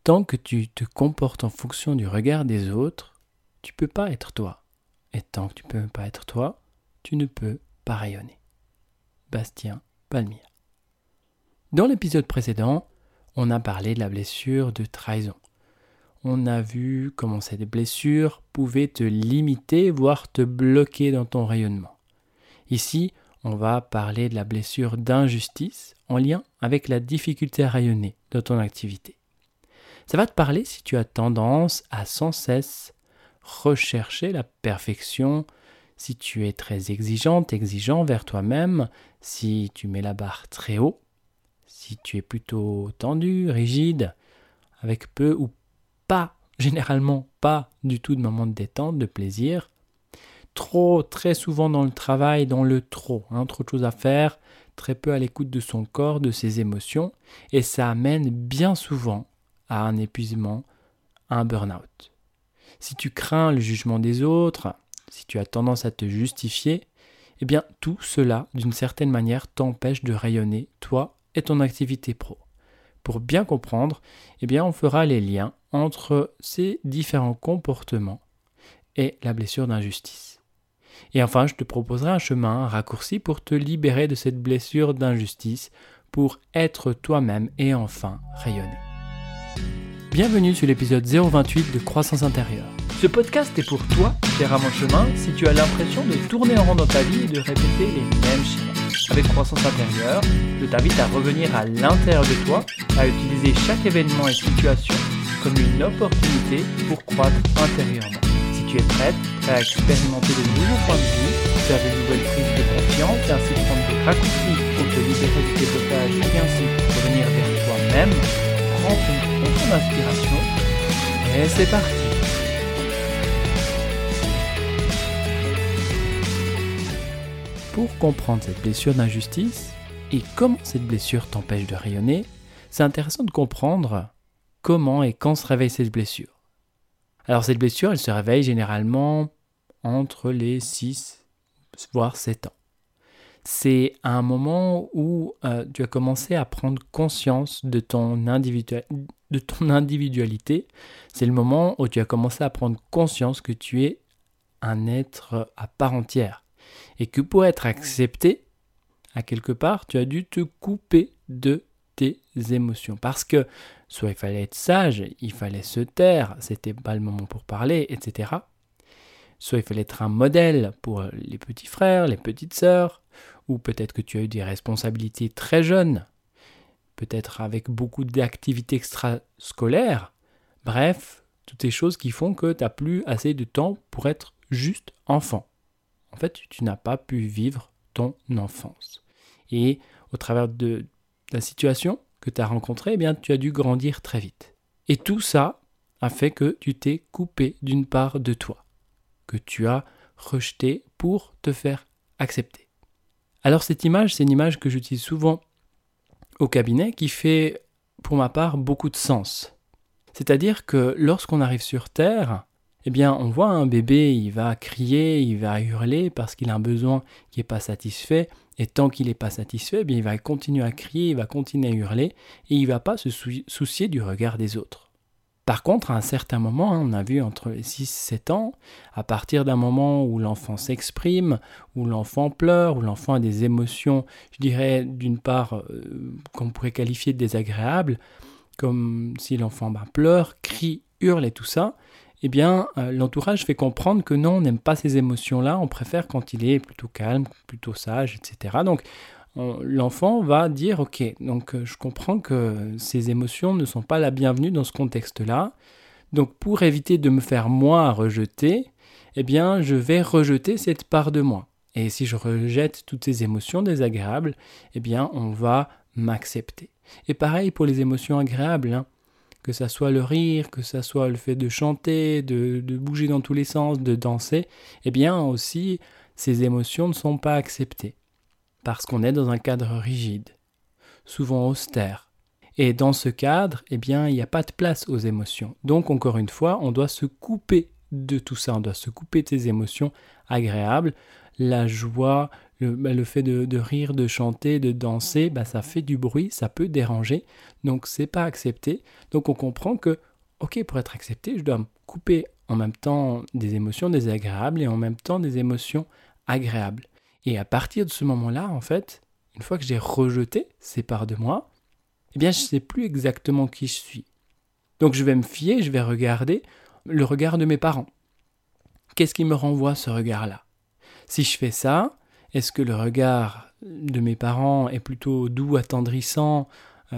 Tant que tu te comportes en fonction du regard des autres, tu ne peux pas être toi. Et tant que tu ne peux pas être toi, tu ne peux pas rayonner. Bastien Palmire. Dans l'épisode précédent, on a parlé de la blessure de trahison. On a vu comment cette blessure pouvait te limiter, voire te bloquer dans ton rayonnement. Ici, on va parler de la blessure d'injustice en lien avec la difficulté à rayonner dans ton activité. Ça va te parler si tu as tendance à sans cesse rechercher la perfection, si tu es très exigeant vers toi-même, si tu mets la barre très haut, si tu es plutôt tendu, rigide, avec peu ou pas, généralement pas du tout de moments de détente, de plaisir, très souvent dans le travail, dans le trop de choses à faire, très peu à l'écoute de son corps, de ses émotions, et ça amène bien souvent à un épuisement, à un burn-out. Si tu crains le jugement des autres, si tu as tendance à te justifier, eh bien tout cela, d'une certaine manière, t'empêche de rayonner, toi et ton activité pro. Pour bien comprendre, eh bien on fera les liens entre ces différents comportements et la blessure d'injustice. Et enfin, je te proposerai un chemin, un raccourci pour te libérer de cette blessure d'injustice, pour être toi-même et enfin rayonner. Bienvenue sur l'épisode 028 de Croissance intérieure. Ce podcast est pour toi qui rame en chemin si tu as l'impression de tourner en rond dans ta vie et de répéter les mêmes schémas. Avec Croissance intérieure, je t'invite à revenir à l'intérieur de toi, à utiliser chaque événement et situation comme une opportunité pour croître intérieurement. Si tu es prêt à expérimenter de nouveaux points de vue, faire de nouvelles prises de confiance et ainsi prendre des raccourcis pour te libérer du développage et ainsi revenir vers toi-même, prends ton inspiration et c'est parti. Pour comprendre cette blessure d'injustice et comment cette blessure t'empêche de rayonner, c'est intéressant de comprendre comment et quand se réveille cette blessure. Alors cette blessure, elle se réveille généralement entre les 6 voire 7 ans. C'est un moment où tu as commencé à prendre conscience de ton individualité. C'est le moment où tu as commencé à prendre conscience que tu es un être à part entière. Et que pour être accepté, à quelque part, tu as dû te couper de tes émotions. Parce que soit il fallait être sage, il fallait se taire, c'était pas le moment pour parler, etc. Soit il fallait être un modèle pour les petits frères, les petites sœurs, ou peut-être que tu as eu des responsabilités très jeunes, peut-être avec beaucoup d'activités extrascolaires. Bref, toutes ces choses qui font que tu n'as plus assez de temps pour être juste enfant. En fait, tu n'as pas pu vivre ton enfance. Et au travers de la situation que tu as rencontrée, eh bien, tu as dû grandir très vite. Et tout ça a fait que tu t'es coupé d'une part de toi, que tu as rejetée pour te faire accepter. Alors cette image, c'est une image que j'utilise souvent au cabinet qui fait, pour ma part, beaucoup de sens. C'est-à-dire que lorsqu'on arrive sur Terre, eh bien, on voit un bébé, il va crier, il va hurler parce qu'il a un besoin qui n'est pas satisfait. Et tant qu'il n'est pas satisfait, eh bien, il va continuer à crier, il va continuer à hurler et il ne va pas se soucier du regard des autres. Par contre, à un certain moment, on a vu entre les 6 et 7 ans, à partir d'un moment où l'enfant s'exprime, où l'enfant pleure, où l'enfant a des émotions, je dirais d'une part qu'on pourrait qualifier de désagréables, comme si l'enfant pleure, crie, hurle et tout ça, eh bien, l'entourage fait comprendre que non, on n'aime pas ces émotions-là, on préfère quand il est plutôt calme, plutôt sage, etc. Donc, l'enfant va dire, ok, donc je comprends que ces émotions ne sont pas la bienvenue dans ce contexte-là, donc pour éviter de me faire moi rejeter, eh bien, je vais rejeter cette part de moi. Et si je rejette toutes ces émotions désagréables, eh bien, on va m'accepter. Et pareil pour les émotions agréables, que ça soit le rire, que ça soit le fait de chanter, de bouger dans tous les sens, de danser, eh bien aussi, ces émotions ne sont pas acceptées. Parce qu'on est dans un cadre rigide, souvent austère. Et dans ce cadre, eh bien, il n'y a pas de place aux émotions. Donc, encore une fois, on doit se couper de tout ça, on doit se couper de ces émotions agréables, la joie, Le fait de rire, de chanter, de danser, ça fait du bruit, ça peut déranger, donc c'est pas accepté. Donc on comprend que, ok, pour être accepté, je dois me couper en même temps des émotions désagréables et en même temps des émotions agréables. Et à partir de ce moment-là, en fait, une fois que j'ai rejeté ces parts de moi, je ne sais plus exactement qui je suis. Donc je vais me fier, je vais regarder le regard de mes parents. Qu'est-ce qui me renvoie ce regard-là ? Si je fais ça, est-ce que le regard de mes parents est plutôt doux, attendrissant, ok ?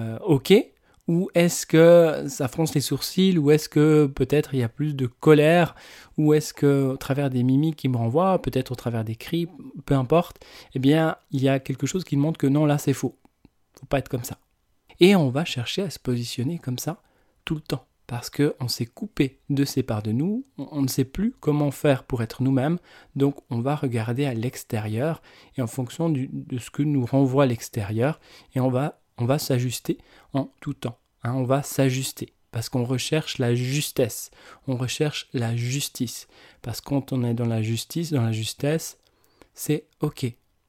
Ou est-ce que ça fronce les sourcils ? Ou est-ce que peut-être il y a plus de colère ? Ou est-ce que au travers des mimiques qui me renvoient, peut-être au travers des cris, peu importe, il y a quelque chose qui montre que non, là c'est faux. Faut pas être comme ça. Et on va chercher à se positionner comme ça tout le temps. Parce qu'on s'est coupé de ces parts de nous, on ne sait plus comment faire pour être nous-mêmes, donc on va regarder à l'extérieur, et en fonction de ce que nous renvoie l'extérieur, et on va s'ajuster en tout temps. On va s'ajuster, parce qu'on recherche la justesse, on recherche la justice. Parce que quand on est dans la justice, dans la justesse, c'est ok.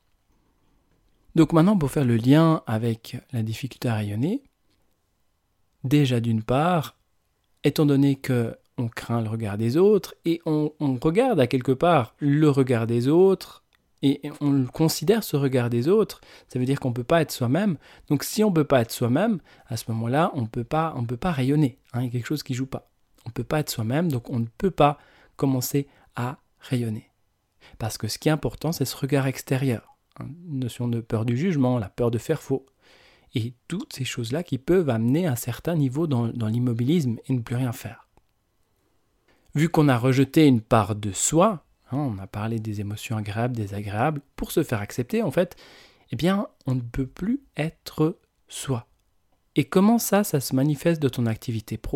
Donc maintenant, pour faire le lien avec la difficulté à rayonner, déjà d'une part, étant donné qu'on craint le regard des autres et on regarde à quelque part le regard des autres et on considère ce regard des autres, ça veut dire qu'on ne peut pas être soi-même. Donc si on ne peut pas être soi-même, à ce moment-là, on ne peut pas rayonner. Il y a quelque chose qui ne joue pas. On ne peut pas être soi-même, donc on ne peut pas commencer à rayonner. Parce que ce qui est important, c'est ce regard extérieur. Une notion de peur du jugement, la peur de faire faux. Et toutes ces choses-là qui peuvent amener un certain niveau dans l'immobilisme et ne plus rien faire. Vu qu'on a rejeté une part de soi, on a parlé des émotions agréables, désagréables, pour se faire accepter, en fait, on ne peut plus être soi. Et comment ça se manifeste de ton activité pro ?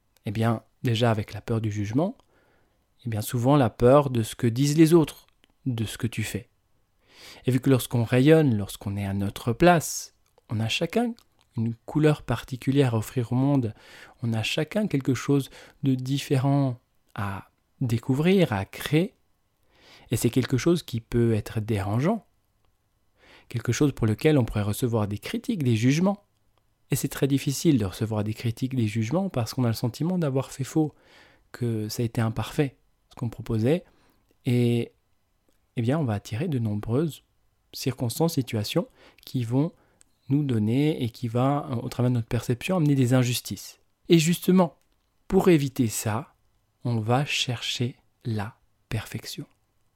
Déjà avec la peur du jugement, souvent la peur de ce que disent les autres, de ce que tu fais. Et vu que lorsqu'on rayonne, lorsqu'on est à notre place, on a chacun une couleur particulière à offrir au monde. On a chacun quelque chose de différent à découvrir, à créer. Et c'est quelque chose qui peut être dérangeant. Quelque chose pour lequel on pourrait recevoir des critiques, des jugements. Et c'est très difficile de recevoir des critiques, des jugements, parce qu'on a le sentiment d'avoir fait faux, que ça a été imparfait, ce qu'on proposait. Et on va attirer de nombreuses circonstances, situations qui vont nous donner et qui va, au travers de notre perception, amener des injustices. Et justement, pour éviter ça, on va chercher la perfection.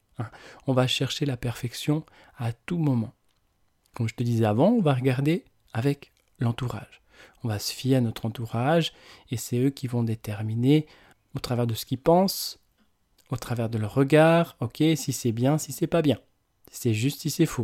On va chercher la perfection à tout moment. Comme je te disais avant, on va regarder avec l'entourage. On va se fier à notre entourage et c'est eux qui vont déterminer, au travers de ce qu'ils pensent, au travers de leur regard, ok, si c'est bien, si c'est pas bien, si c'est juste, si c'est faux.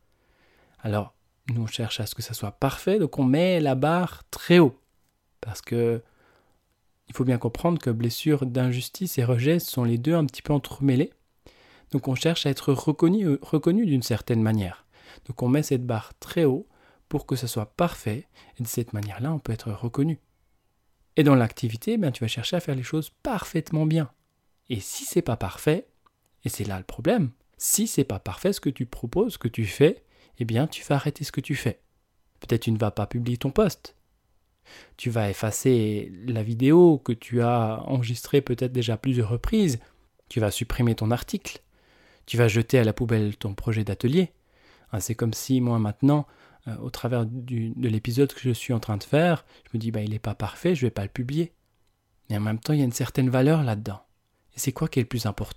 Alors, nous on cherche à ce que ça soit parfait, donc on met la barre très haut. Parce que il faut bien comprendre que blessure, d'injustice et rejet sont les deux un petit peu entremêlés. Donc on cherche à être reconnu d'une certaine manière. Donc on met cette barre très haut pour que ça soit parfait, et de cette manière-là, on peut être reconnu. Et dans l'activité, tu vas chercher à faire les choses parfaitement bien. Et si c'est pas parfait, et c'est là le problème, si c'est pas parfait ce que tu proposes, ce que tu fais, tu vas arrêter ce que tu fais. Peut-être tu ne vas pas publier ton post. Tu vas effacer la vidéo que tu as enregistrée peut-être déjà plusieurs reprises. Tu vas supprimer ton article. Tu vas jeter à la poubelle ton projet d'atelier. C'est comme si moi maintenant, au travers de l'épisode que je suis en train de faire, je me dis il n'est pas parfait, je ne vais pas le publier. Mais en même temps, il y a une certaine valeur là-dedans. Et c'est quoi qui est le plus important ?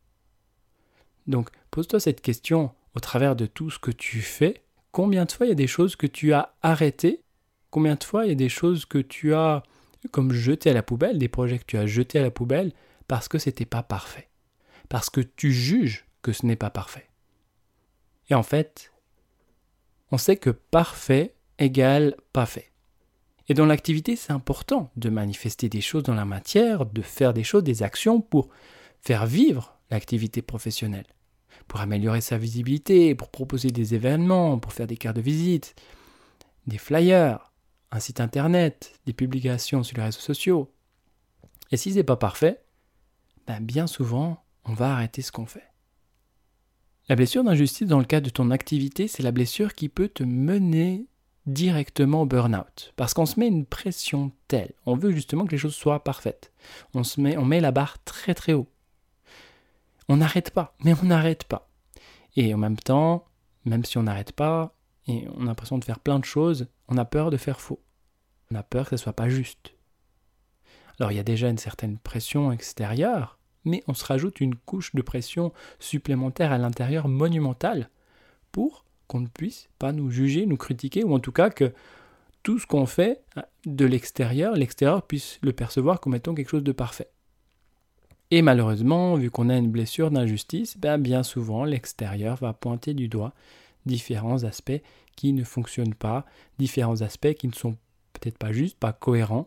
Donc, pose-toi cette question au travers de tout ce que tu fais. Combien de fois il y a des choses que tu as arrêtées ? Combien de fois il y a des choses que tu as comme jetées à la poubelle, des projets que tu as jetés à la poubelle parce que c'était pas parfait ? Parce que tu juges que ce n'est pas parfait. Et en fait, on sait que parfait égale pas fait. Et dans l'activité, c'est important de manifester des choses dans la matière, de faire des choses, des actions pour faire vivre l'activité professionnelle, pour améliorer sa visibilité, pour proposer des événements, pour faire des cartes de visite, des flyers, un site internet, des publications sur les réseaux sociaux. Et si c'est pas parfait, bien souvent, on va arrêter ce qu'on fait. La blessure d'injustice dans le cadre de ton activité, c'est la blessure qui peut te mener directement au burn-out. Parce qu'on se met une pression telle. On veut justement que les choses soient parfaites. On met la barre très très haut. On n'arrête pas, mais on n'arrête pas. Et en même temps, même si on n'arrête pas, et on a l'impression de faire plein de choses, on a peur de faire faux. On a peur que ce ne soit pas juste. Alors il y a déjà une certaine pression extérieure, mais on se rajoute une couche de pression supplémentaire à l'intérieur monumentale pour qu'on ne puisse pas nous juger, nous critiquer, ou en tout cas que tout ce qu'on fait de l'extérieur puisse le percevoir comme étant quelque chose de parfait. Et malheureusement, vu qu'on a une blessure d'injustice, bien souvent l'extérieur va pointer du doigt différents aspects qui ne fonctionnent pas, différents aspects qui ne sont peut-être pas justes, pas cohérents.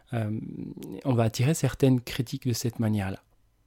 On va attirer certaines critiques de cette manière-là.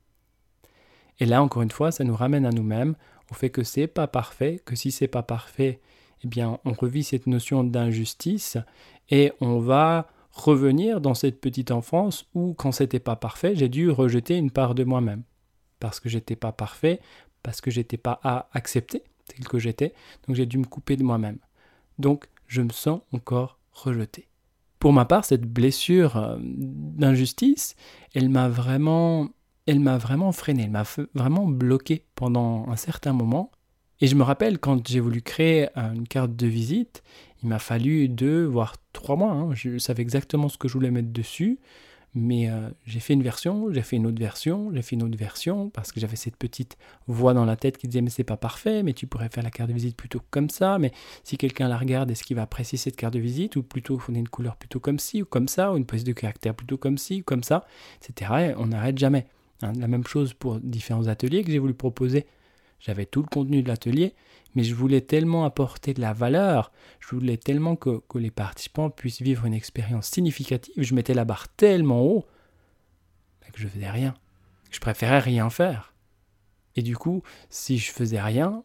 Et là, encore une fois, ça nous ramène à nous-mêmes, au fait que c'est pas parfait, que si c'est pas parfait, eh bien, on revit cette notion d'injustice et on va revenir dans cette petite enfance où, quand c'était pas parfait, j'ai dû rejeter une part de moi-même. Parce que j'étais pas parfait, parce que j'étais pas accepté tel que j'étais, donc j'ai dû me couper de moi-même. Donc, je me sens encore rejeté. Pour ma part, cette blessure d'injustice, elle m'a vraiment freiné, elle m'a vraiment bloqué pendant un certain moment. Et je me rappelle, quand j'ai voulu créer une carte de visite, il m'a fallu 2 voire 3 mois. Je savais exactement ce que je voulais mettre dessus, mais j'ai fait une version, j'ai fait une autre version, j'ai fait une autre version, parce que j'avais cette petite voix dans la tête qui disait « mais c'est pas parfait, mais tu pourrais faire la carte de visite plutôt comme ça, mais si quelqu'un la regarde, est-ce qu'il va apprécier cette carte de visite, ou plutôt il faut une couleur plutôt comme ci ou comme ça, ou une police de caractère plutôt comme ci ou comme ça, etc. » Et on n'arrête jamais. La même chose pour différents ateliers que j'ai voulu proposer. J'avais tout le contenu de l'atelier, mais je voulais tellement apporter de la valeur, je voulais tellement que les participants puissent vivre une expérience significative, je mettais la barre tellement haut que je faisais rien. Je préférais rien faire. Et du coup, si je faisais rien,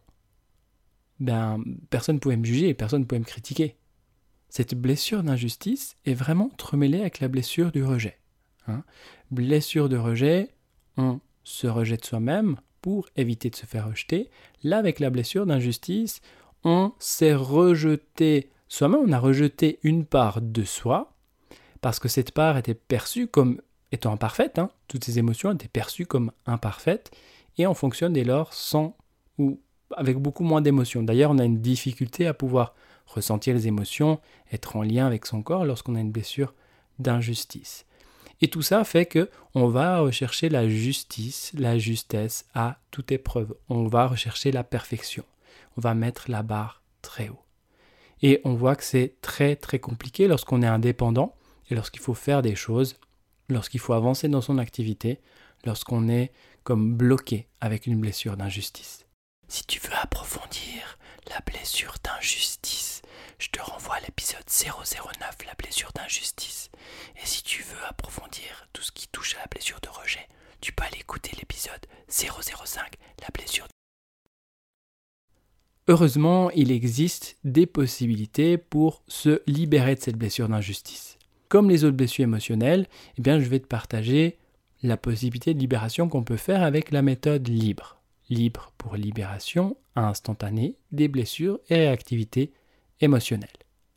personne ne pouvait me juger, personne ne pouvait me critiquer. Cette blessure d'injustice est vraiment entremêlée avec la blessure du rejet. Blessure de rejet, on se rejette soi-même pour éviter de se faire rejeter. Là, avec la blessure d'injustice, on s'est rejeté soi-même, on a rejeté une part de soi, parce que cette part était perçue comme étant imparfaite. Toutes ces émotions étaient perçues comme imparfaites, et on fonctionne dès lors sans ou avec beaucoup moins d'émotions. D'ailleurs, on a une difficulté à pouvoir ressentir les émotions, être en lien avec son corps lorsqu'on a une blessure d'injustice. Et tout ça fait qu'on va rechercher la justice, la justesse à toute épreuve. On va rechercher la perfection. On va mettre la barre très haut. Et on voit que c'est très très compliqué lorsqu'on est indépendant et lorsqu'il faut faire des choses, lorsqu'il faut avancer dans son activité, lorsqu'on est comme bloqué avec une blessure d'injustice. Si tu veux approfondir la blessure d'injustice, je te renvoie à l'épisode 009, la blessure d'injustice. Et si tu veux approfondir tout ce qui touche à la blessure de rejet, tu peux aller écouter l'épisode 005, la blessure. Heureusement, il existe des possibilités pour se libérer de cette blessure d'injustice. Comme les autres blessures émotionnelles, je vais te partager la possibilité de libération qu'on peut faire avec la méthode libre. Libre pour libération instantanée des blessures et réactivités émotionnelles.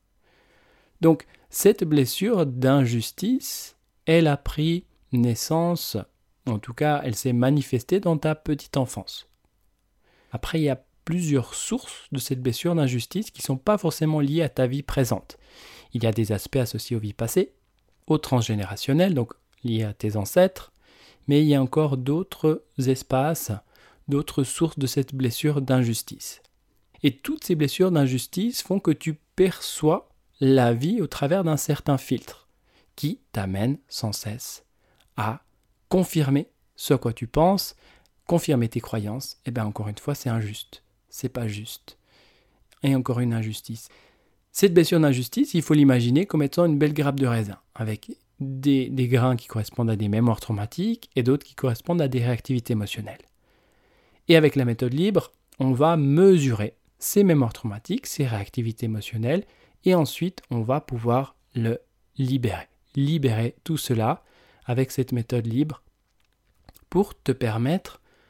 Donc, cette blessure d'injustice, elle a pris naissance, en tout cas, elle s'est manifestée dans ta petite enfance. Après, il y a plusieurs sources de cette blessure d'injustice qui ne sont pas forcément liées à ta vie présente. Il y a des aspects associés aux vies passées, au transgénérationnel, donc liés à tes ancêtres, mais il y a encore d'autres espaces, d'autres sources de cette blessure d'injustice. Et toutes ces blessures d'injustice font que tu perçois la vie au travers d'un certain filtre qui t'amène sans cesse à confirmer ce à quoi tu penses, confirmer tes croyances. Encore une fois, c'est injuste. C'est pas juste. Et encore une injustice. Cette blessure d'injustice, il faut l'imaginer comme étant une belle grappe de raisin, avec des grains qui correspondent à des mémoires traumatiques et d'autres qui correspondent à des réactivités émotionnelles. Et avec la méthode libre, on va mesurer ces mémoires traumatiques, ces réactivités émotionnelles, et ensuite on va pouvoir le libérer. Libérer tout cela avec cette méthode libre pour te permettre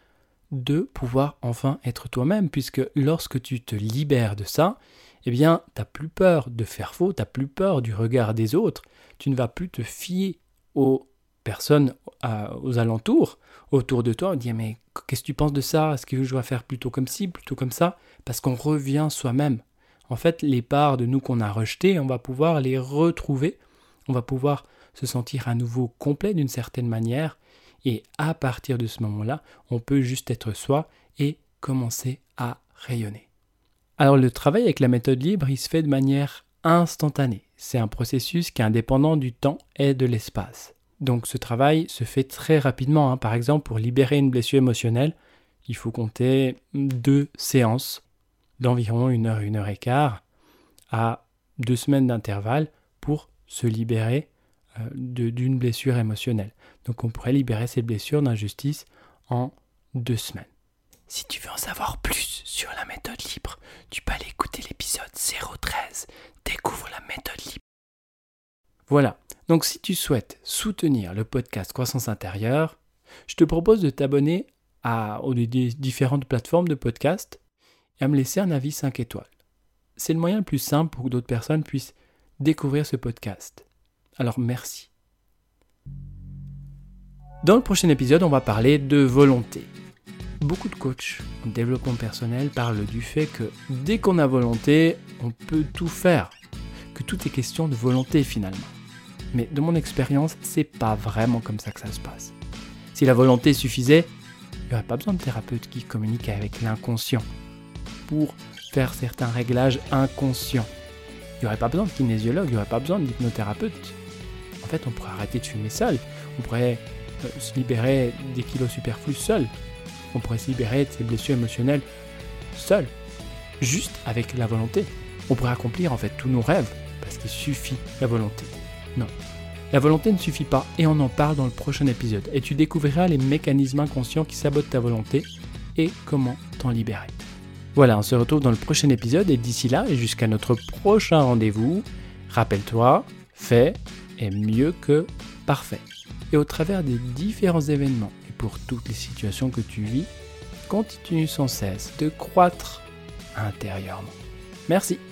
de pouvoir enfin être toi-même, puisque lorsque tu te libères de ça, eh bien, tu n'as plus peur de faire faux, tu n'as plus peur du regard des autres, tu ne vas plus te fier aux personnes aux alentours, autour de toi, on dit mais qu'est-ce que tu penses de ça? Est-ce que je dois faire plutôt comme ci, plutôt comme ça? Parce qu'on revient soi-même. En fait, les parts de nous qu'on a rejetées, on va pouvoir les retrouver, on va pouvoir se sentir à nouveau complet d'une certaine manière, et à partir de ce moment-là, on peut juste être soi et commencer à rayonner. Alors le travail avec la méthode libre, il se fait de manière instantanée. C'est un processus qui est indépendant du temps et de l'espace. Donc ce travail se fait très rapidement. Par exemple, pour libérer une blessure émotionnelle, il faut compter 2 séances d'environ 1 heure et quart à 2 semaines d'intervalle pour se libérer d'une blessure émotionnelle. Donc on pourrait libérer cette blessure d'injustice en 2 semaines. Si tu veux en savoir plus sur la méthode libre, tu peux aller écouter l'épisode 013. Découvre la méthode libre. Voilà, donc si tu souhaites soutenir le podcast Croissance Intérieure, je te propose de t'abonner aux différentes plateformes de podcast et à me laisser un avis 5 étoiles. C'est le moyen le plus simple pour que d'autres personnes puissent découvrir ce podcast. Alors merci. Dans le prochain épisode, on va parler de volonté. Beaucoup de coachs en développement personnel parlent du fait que dès qu'on a volonté, on peut tout faire, que tout est question de volonté finalement. Mais de mon expérience, c'est pas vraiment comme ça que ça se passe. Si la volonté suffisait, il n'y aurait pas besoin de thérapeutes qui communiquent avec l'inconscient pour faire certains réglages inconscients. Il n'y aurait pas besoin de kinésiologue, il n'y aurait pas besoin d'hypnothérapeute. En fait, on pourrait arrêter de fumer seul, on pourrait se libérer des kilos superflus seul, on pourrait se libérer de ses blessures émotionnelles seul, juste avec la volonté. On pourrait accomplir en fait tous nos rêves parce qu'il suffit la volonté. Non, la volonté ne suffit pas et on en parle dans le prochain épisode. Et tu découvriras les mécanismes inconscients qui sabotent ta volonté et comment t'en libérer. Voilà, on se retrouve dans le prochain épisode et d'ici là et jusqu'à notre prochain rendez-vous, rappelle-toi, fait est mieux que parfait. Et au travers des différents événements et pour toutes les situations que tu vis, continue sans cesse de croître intérieurement. Merci.